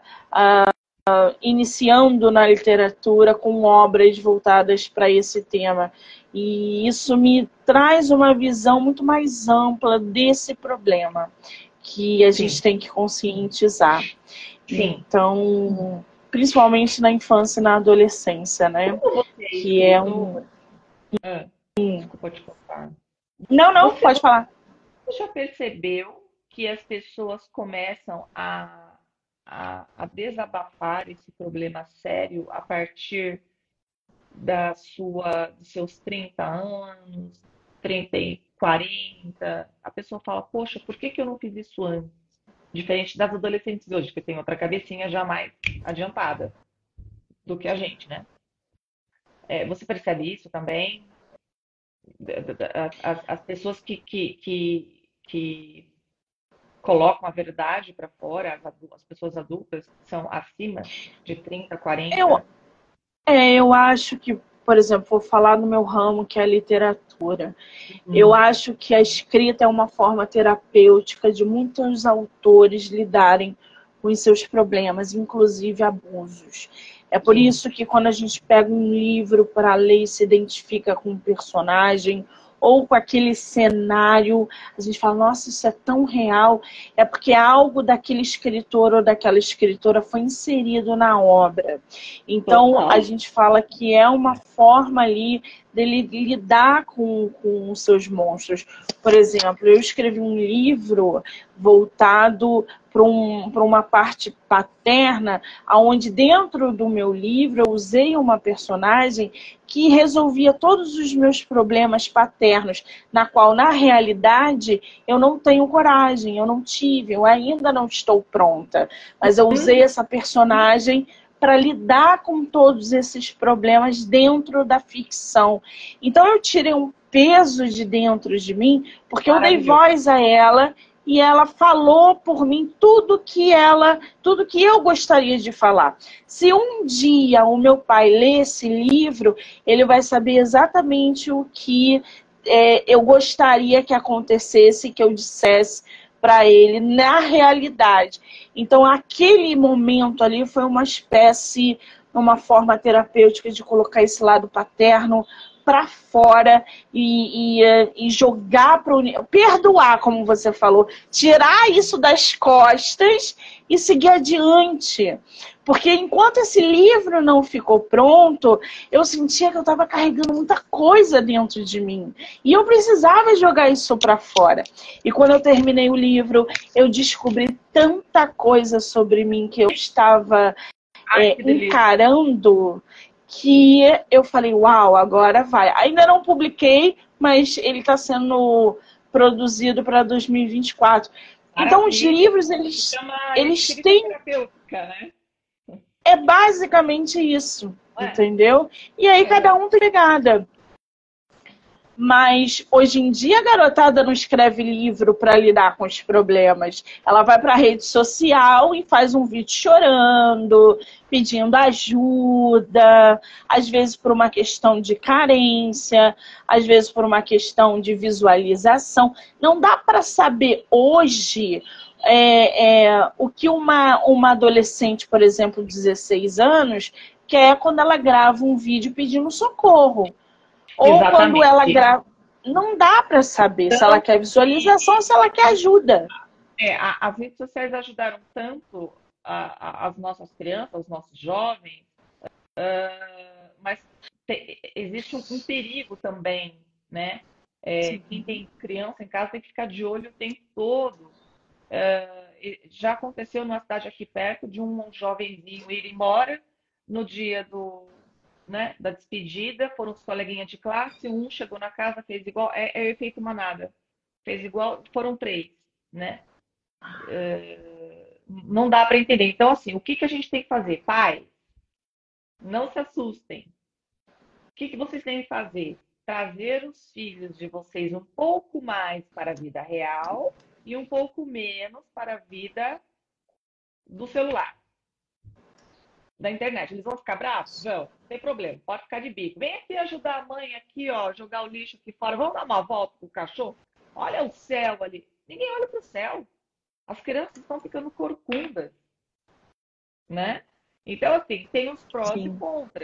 iniciando na literatura com obras voltadas para esse tema. E isso me traz uma visão muito mais ampla desse problema que a gente Sim, tem que conscientizar. sim. Então, principalmente na infância e na adolescência, né? Quando você é Que é escritor, um. ah, desculpa te contar. Não, não, Você, pode falar. você já percebeu que as pessoas começam a desabafar esse problema sério a partir dos seus 30 anos, 30 e 40? A pessoa fala, poxa, por que que eu não fiz isso antes? Diferente das adolescentes de hoje, que tem outra cabecinha já mais adiantada do que a gente, né? Você percebe isso também? As pessoas que colocam a verdade para fora, as pessoas adultas que são acima de 30, Eu, 40. eu acho que, por exemplo, vou falar no meu ramo, que é a literatura. Eu Hum, acho que a escrita é uma forma terapêutica de muitos autores lidarem com os seus problemas, inclusive abusos. É por sim. isso que quando a gente pega um livro para ler e se identifica com um personagem ou com aquele cenário, a gente fala, nossa, isso é tão real. É porque algo daquele escritor ou daquela escritora foi inserido na obra. Então, a Total. gente fala que é uma forma ali dele lidar com os seus monstros. Por exemplo, eu escrevi um livro voltado para uma parte paterna, onde dentro do meu livro eu usei uma personagem que resolvia todos os meus problemas paternos, na qual, na realidade, eu não tenho coragem, eu não tive, eu ainda não estou pronta. Mas eu usei Uhum. essa personagem para lidar com todos esses problemas dentro da ficção. Então eu tirei um peso de dentro de mim, porque eu dei Maravilhoso. voz a ela e ela falou por mim tudo que eu gostaria de falar. Se um dia o meu pai ler esse livro, ele vai saber exatamente o que eu gostaria que acontecesse, que eu dissesse para ele na realidade. Então, aquele momento ali foi uma espécie, uma forma terapêutica de colocar esse lado paterno para fora e jogar para o perdoar, como você falou, tirar isso das costas e seguir adiante. Porque enquanto esse livro não ficou pronto, eu sentia que eu estava carregando muita coisa dentro de mim. E eu precisava jogar isso para fora. E quando eu terminei o livro, eu descobri tanta coisa sobre mim que eu estava Ai, que delícia. encarando que eu falei, uau, agora vai. Ainda não publiquei, mas ele está sendo produzido para 2024. Então, os Maravilha. livros, Se chama eles escrita têm terapêutica, né? basicamente isso, Não é? entendeu? E aí Aham. cada um tem pegada. Mas hoje em dia a garotada não escreve livro para lidar com os problemas. Ela vai para a rede social e faz um vídeo chorando, pedindo ajuda, às vezes por uma questão de carência, às vezes por uma questão de visualização. Não dá para saber hoje o que uma adolescente, por exemplo, de 16 anos, quer quando ela grava um vídeo pedindo socorro. Ou quando ela Exatamente. grava. Não dá para saber se ela Tanto quer visualização ou se ela quer ajuda. as redes sociais ajudaram tanto as nossas crianças, os nossos jovens, mas existe um perigo também, né? Quem tem criança em casa tem que ficar de olho o tempo todo. Já aconteceu numa cidade aqui perto de um jovenzinho ir embora no dia né, da despedida, foram os coleguinhas de classe, um chegou na casa, fez igual, é o efeito manada, fez igual, foram três, né? Não dá para entender. Então, assim, o que que a gente tem que fazer? Pai, não se assustem. O que que vocês têm que fazer? Trazer os filhos de vocês um pouco mais para a vida real e um pouco menos para a vida do celular, da internet. Eles vão ficar bravos? Vão, não tem problema, pode ficar de bico. Vem aqui ajudar a mãe aqui, ó, jogar o lixo aqui fora. Vamos dar uma volta com o cachorro? Olha o céu ali. Ninguém olha para o céu. As crianças estão ficando corcundas, né? Então, assim, tem os prós e Sim. contras.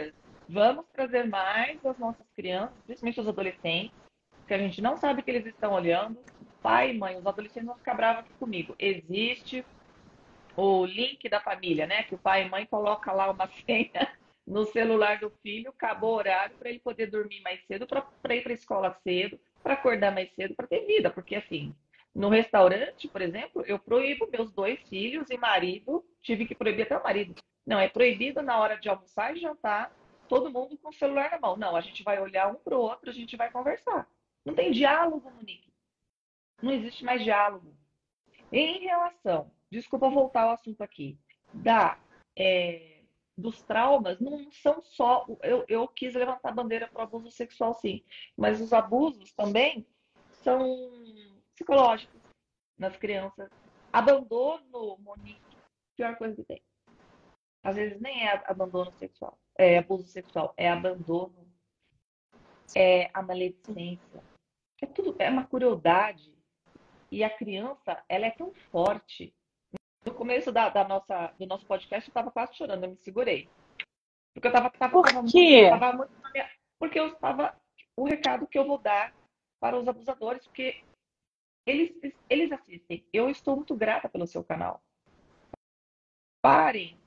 Vamos trazer mais as nossas crianças, principalmente os adolescentes, que a gente não sabe que eles estão olhando. Pai e mãe, os adolescentes vão ficar bravos aqui comigo. Existe o link da família, né? Que o pai e mãe colocam lá uma senha no celular do filho, acabou o horário para ele poder dormir mais cedo, para ir para a escola cedo, para acordar mais cedo, para ter vida. Porque assim, no restaurante, por exemplo, eu proíbo meus 2 filhos e marido, tive que proibir até o marido. Não, é proibido na hora de almoçar e jantar, todo mundo com o celular na mão. Não, a gente vai olhar um para o outro, a gente vai conversar. Não tem diálogo, Monique. Não existe mais diálogo. Em relação, desculpa voltar ao assunto aqui, da, dos traumas, não são só. Eu quis levantar a bandeira para o abuso sexual, sim, mas os abusos também são psicológicos nas crianças. Abandono, Monique, pior coisa que tem. Às vezes nem é abandono sexual, é abuso sexual, é abandono, é a maledicência, é tudo, é uma crueldade. E a criança, ela é tão forte. No começo do nosso podcast, eu estava quase chorando, eu me segurei. Porque eu Por quê? tava muito porque eu estava. O recado que eu vou dar para os abusadores, porque eles, eles assistem. Eu estou muito grata pelo seu canal. Parem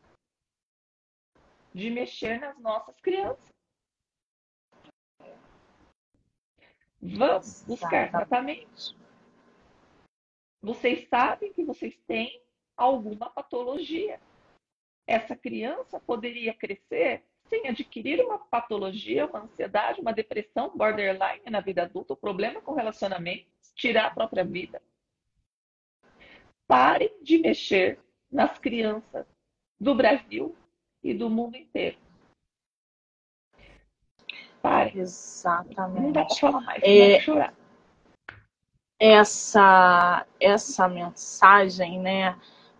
de mexer nas nossas crianças. Vamos buscar tratamento. Vocês sabem que vocês têm alguma patologia. Essa criança poderia crescer sem adquirir uma patologia, uma ansiedade, uma depressão borderline na vida adulta, um problema com relacionamentos, tirar a própria vida. Parem de mexer nas crianças do Brasil e do mundo inteiro. Parem. Exatamente. Não dá para falar mais, não dá chorar. Essa mensagem, né,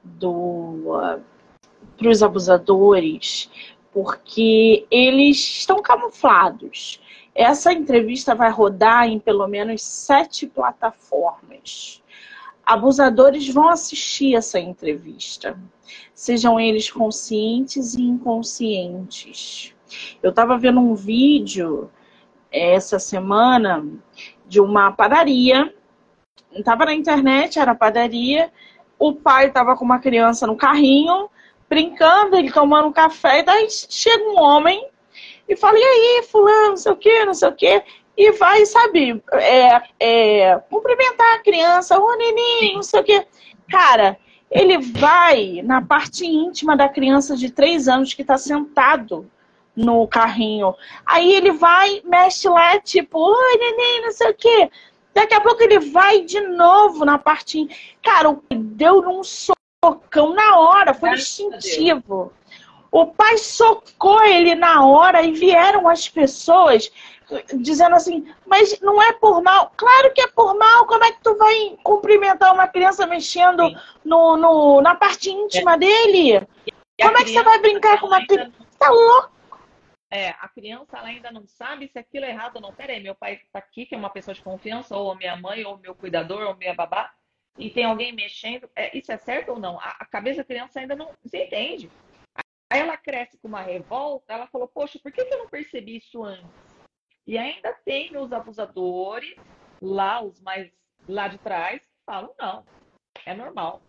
para os abusadores, porque eles estão camuflados. Essa entrevista vai rodar em pelo menos 7 plataformas. Abusadores vão assistir essa entrevista, sejam eles conscientes e inconscientes. Eu estava vendo um vídeo essa semana de uma padaria, estava na internet, era padaria, o pai estava com uma criança no carrinho, brincando, ele tomando um café, e daí chega um homem e fala, e aí, fulano, não sei o quê, e vai, sabe, cumprimentar a criança, ô neninho, não sei o quê. Cara, ele vai na parte íntima da criança de 3 anos que está sentado no carrinho. Aí ele vai, mexe lá, tipo, oi, neném, não sei o quê. Daqui a pouco ele vai de novo na parte... Cara, o pai deu um socão na hora, foi instintivo. O pai socou ele na hora e vieram as pessoas dizendo assim, mas não é por mal. Claro que é por mal, como é que tu vai cumprimentar uma criança mexendo na parte íntima dele? Como é que você vai brincar com uma criança? Tá louco? A criança ela ainda não sabe se aquilo é errado ou não. Peraí, meu pai está aqui, que é uma pessoa de confiança, ou a minha mãe, ou meu cuidador, ou minha babá, e tem alguém mexendo. Isso é certo ou não? A cabeça da criança ainda não se entende. Aí ela cresce com uma revolta, ela falou, poxa, por que eu não percebi isso antes? E ainda tem os abusadores, lá, os mais lá de trás, que falam, não, é normal.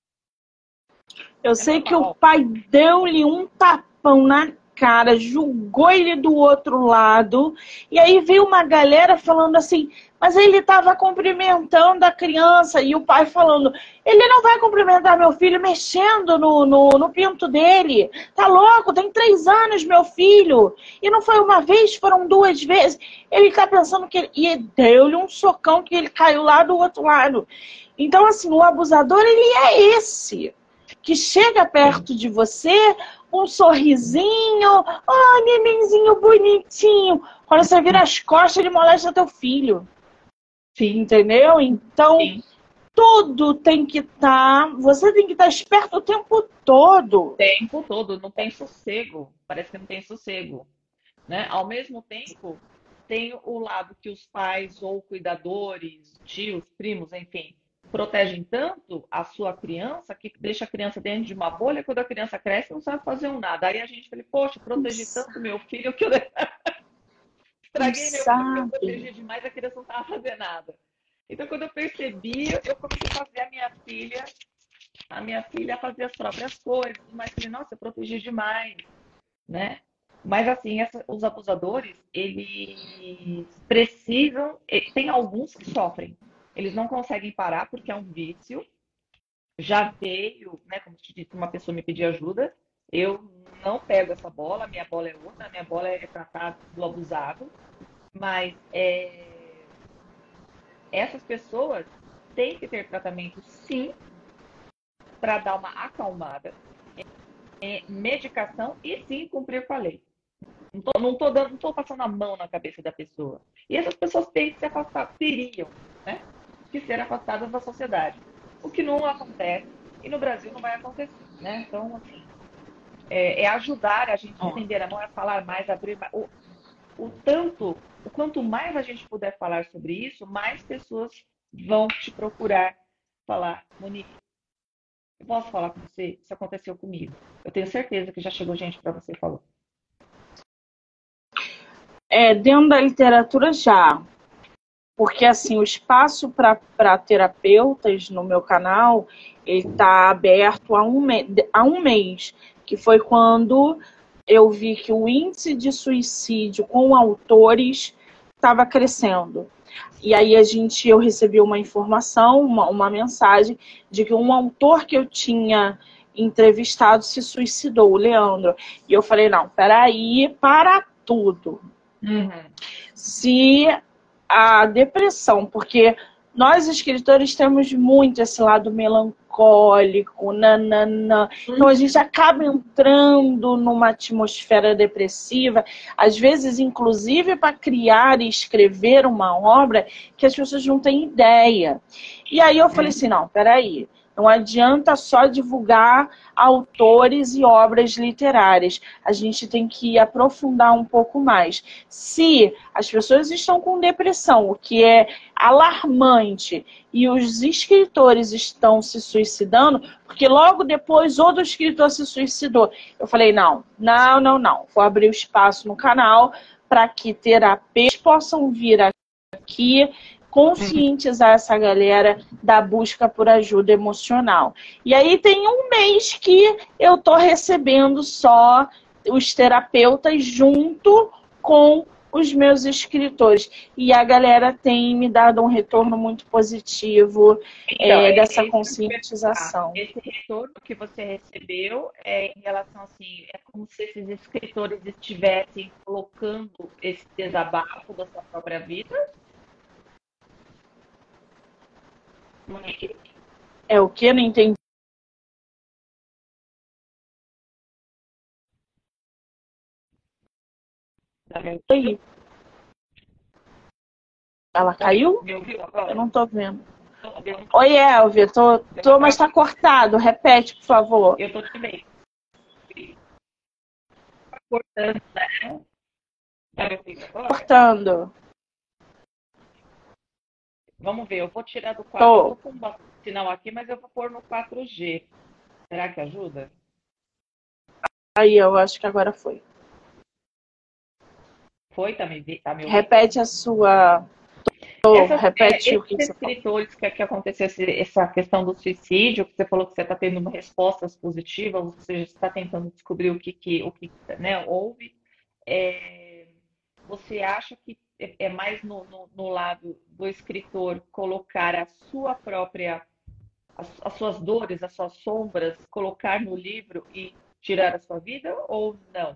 Eu sei que o pai deu-lhe um tapão na cara, julgou ele do outro lado, e aí veio uma galera falando assim, mas ele estava cumprimentando a criança, e o pai falando, ele não vai cumprimentar meu filho mexendo no pinto dele, tá louco, tem 3 anos meu filho, e não foi uma vez, foram 2 vezes, ele tá pensando que e deu-lhe um socão que ele caiu lá do outro lado. Então assim, o abusador ele é esse, que chega perto de você, um sorrisinho, oh, nenenzinho bonitinho. Quando você vira as costas, ele molesta teu filho. Sim. Entendeu? Então, Sim. tudo tem que estar... Você tem que estar esperto o tempo todo. O tempo todo, não tem sossego. Parece que não tem sossego. Né? Ao mesmo tempo, tem o lado que os pais ou cuidadores, tios, primos, enfim, protegem tanto a sua criança que deixa a criança dentro de uma bolha. Quando a criança cresce, não sabe fazer um nada. Aí a gente fala, poxa, protegi tanto meu filho que eu estraguei meu filho porque eu protegi demais, a criança não estava fazendo nada. Então, quando eu percebi, eu comecei a fazer a minha filha fazer as próprias coisas. Mas falei, nossa, eu protegi demais, né? Mas assim, os abusadores, eles precisam, tem alguns que sofrem. Eles não conseguem parar porque é um vício. Já veio, né, como te disse, uma pessoa me pedir ajuda. Eu não pego essa bola, minha bola é outra, minha bola é tratar do abusado. Mas essas pessoas têm que ter tratamento, sim, para dar uma acalmada, medicação e sim cumprir com a lei. Não tô passando a mão na cabeça da pessoa. E essas pessoas têm que se afastar, teriam, né, que ser afastadas da sociedade. O que não acontece, e no Brasil não vai acontecer, né? Então, assim, é ajudar a gente a entender, não é falar mais, abrir mais. O quanto mais a gente puder falar sobre isso, mais pessoas vão te procurar falar, Monique, eu posso falar com você? Isso aconteceu comigo. Eu tenho certeza que já chegou gente para você e falou. Dentro da literatura já. Porque, assim, o espaço para terapeutas no meu canal, ele está aberto há um mês, que foi quando eu vi que o índice de suicídio com autores estava crescendo. E aí eu recebi uma informação, uma mensagem, de que um autor que eu tinha entrevistado se suicidou, o Leandro. E eu falei, não, peraí, para tudo. Se a depressão, porque nós escritores temos muito esse lado melancólico, nananã. Então a gente acaba entrando numa atmosfera depressiva, às vezes inclusive para criar e escrever uma obra que as pessoas não têm ideia. E aí eu falei assim, não, peraí, não adianta só divulgar autores e obras literárias. A gente tem que aprofundar um pouco mais. Se as pessoas estão com depressão, o que é alarmante, e os escritores estão se suicidando, porque logo depois outro escritor se suicidou. Eu falei, não. Vou abrir o espaço no canal para que terapeutas possam vir aqui conscientizar essa galera da busca por ajuda emocional. E aí tem um mês que eu tô recebendo só os terapeutas junto com os meus escritores. E a galera tem me dado um retorno muito positivo dessa conscientização. Esse retorno que você recebeu em relação assim, é como se esses escritores estivessem colocando esse desabafo da sua própria vida? É o que? Não entendi. Oi. Ela caiu? Me ouviu agora? Eu não tô vendo. Oi, Elvia. Mas tá cortado. Repete, por favor. Eu tô te vendo. Tá cortando, né? Tá me ouvindo agora? Cortando. Vamos ver, eu vou tirar do 4. Eu tô com um sinal aqui, mas eu vou pôr no 4G. Será que ajuda? Aí, eu acho que agora foi. Foi? Tá me ouvindo? Repete a sua... Repete o que você falou. Escritores que acontecesse essa questão do suicídio, que você falou que você está tendo respostas positivas, ou seja, você está tentando descobrir o que né, houve. Você acha que é mais no lado do escritor colocar a sua própria, as suas dores, as suas sombras, colocar no livro e tirar a sua vida, ou não?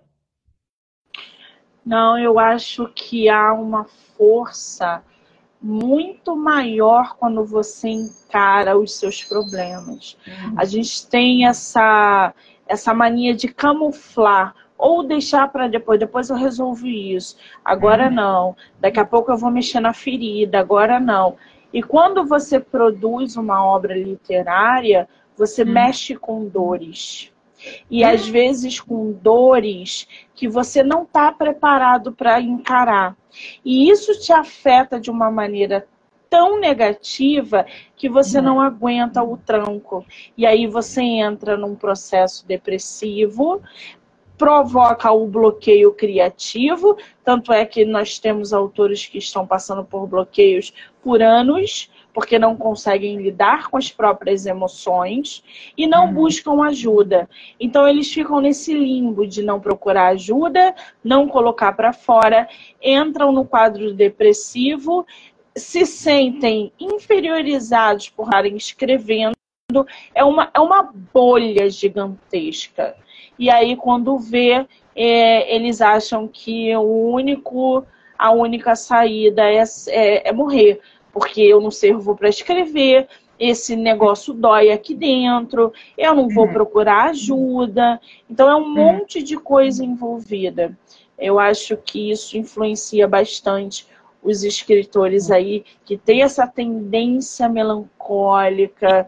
Não, eu acho que há uma força muito maior quando você encara os seus problemas. A gente tem essa mania de camuflar ou deixar para depois eu resolvo isso, agora não, daqui a pouco eu vou mexer na ferida, agora não. E quando você produz uma obra literária, você mexe com dores. E às vezes com dores que você não está preparado para encarar. E isso te afeta de uma maneira tão negativa que você não aguenta o tranco. E aí você entra num processo depressivo, provoca o bloqueio criativo, tanto é que nós temos autores que estão passando por bloqueios por anos, porque não conseguem lidar com as próprias emoções e não buscam ajuda. Então eles ficam nesse limbo de não procurar ajuda, não colocar para fora, entram no quadro depressivo, se sentem inferiorizados por estarem escrevendo, é uma bolha gigantesca. E aí, quando vê, eles acham que a única saída é morrer, porque eu não sirvo para escrever, esse negócio dói aqui dentro, eu não vou procurar ajuda. Então, é um monte de coisa envolvida. Eu acho que isso influencia bastante os escritores aí, que tem essa tendência melancólica,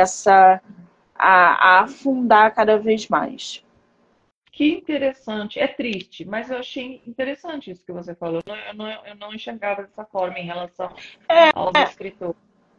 a afundar cada vez mais. Que interessante. É triste, mas eu achei interessante isso que você falou. Eu não enxergava dessa forma em relação aos escritores.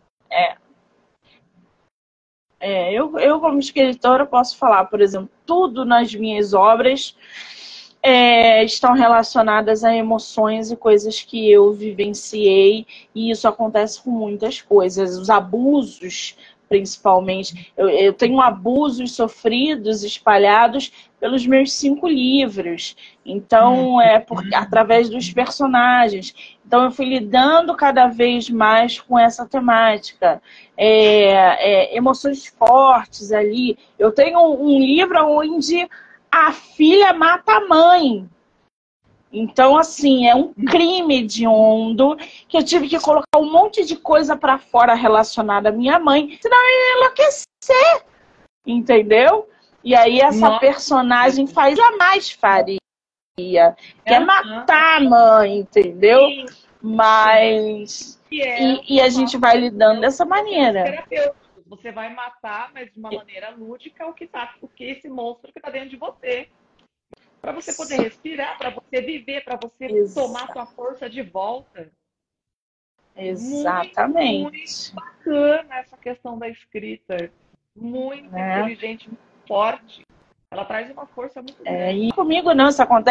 Eu, como escritora, posso falar, por exemplo, tudo nas minhas obras estão relacionadas a emoções e coisas que eu vivenciei, e isso acontece com muitas coisas. Os abusos, principalmente. Eu tenho abusos sofridos, espalhados pelos meus 5 livros. Então, através dos personagens. Então, eu fui lidando cada vez mais com essa temática. Emoções fortes ali. Eu tenho um livro onde a filha mata a mãe. Então, assim, é um crime hediondo que eu tive que colocar um monte de coisa pra fora relacionada à minha mãe, senão eu ia enlouquecer, entendeu? E aí essa personagem jamais faria. Quer matar a mãe, entendeu? Sim. Mas... E a gente vai lidando dessa maneira. Você vai matar, mas de uma maneira lúdica, o que esse monstro que tá dentro de você. Para você poder respirar, para você viver, para você tomar sua força de volta. Exatamente. Muito bacana essa questão da escrita. Muito inteligente, muito forte. Ela traz uma força muito grande. E comigo não, isso acontece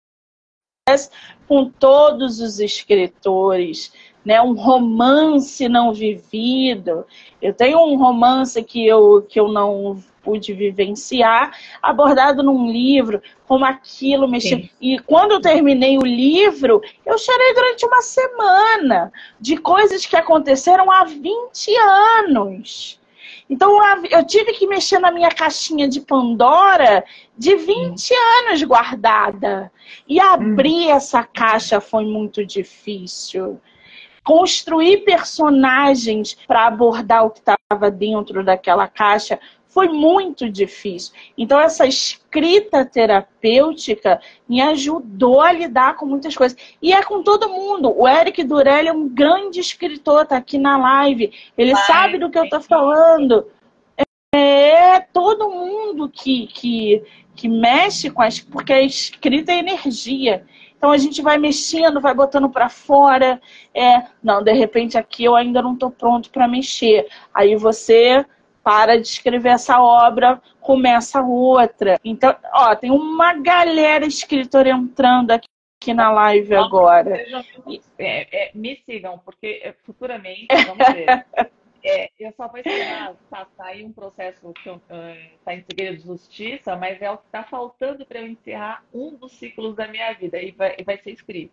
com todos os escritores, né? Um romance não vivido. Eu tenho um romance que eu não pude vivenciar, abordado num livro, como aquilo mexeu. Sim. E quando eu terminei o livro, eu chorei durante uma semana de coisas que aconteceram há 20 anos. Então, eu tive que mexer na minha caixinha de Pandora de 20 anos guardada. E abrir essa caixa foi muito difícil. Construir personagens para abordar o que estava dentro daquela caixa foi muito difícil. Então, essa escrita terapêutica me ajudou a lidar com muitas coisas. E é com todo mundo. O Eric Durelli é um grande escritor, está aqui na live. Ele sabe do que eu estou falando. Todo mundo que mexe com porque a escrita é energia. Então, a gente vai mexendo, vai botando para fora. Não, de repente, aqui eu ainda não estou pronto para mexer. Aí você... para de escrever essa obra, começa outra. Então, tem uma galera escritora entrando aqui na live agora. Me sigam, porque futuramente, vamos ver, eu só vou esperar sair um processo que está em segredo de justiça, mas é o que está faltando para eu encerrar um dos ciclos da minha vida, e vai ser escrito.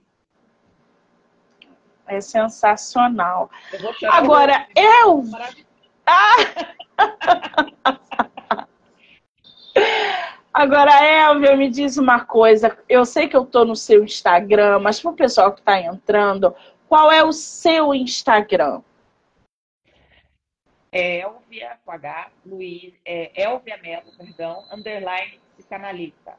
É sensacional. Eu vou chorar. Agora, Agora, Elvia, me diz uma coisa. Eu sei que eu estou no seu Instagram, mas para o pessoal que está entrando, qual é o seu Instagram? Elvia, com H, Luiz, Elvia Melo, perdão, _ psicanalista.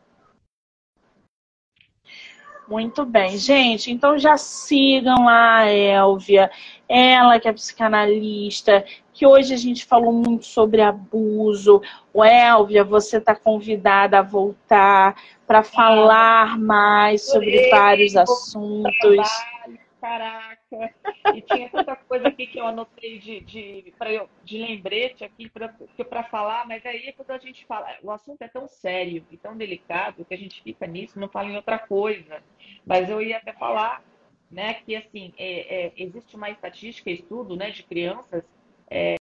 Muito bem, gente. Então já sigam lá a Elvia, ela que é psicanalista, que hoje a gente falou muito sobre abuso. Elvia, você está convidada a voltar para falar mais sobre vários assuntos. caraca! E tinha tanta coisa aqui que eu anotei de lembrete aqui para falar, mas aí quando a gente fala, o assunto é tão sério e tão delicado que a gente fica nisso, não fala em outra coisa. Mas eu ia até falar, né, que assim, existe uma estatística, estudo, né, de crianças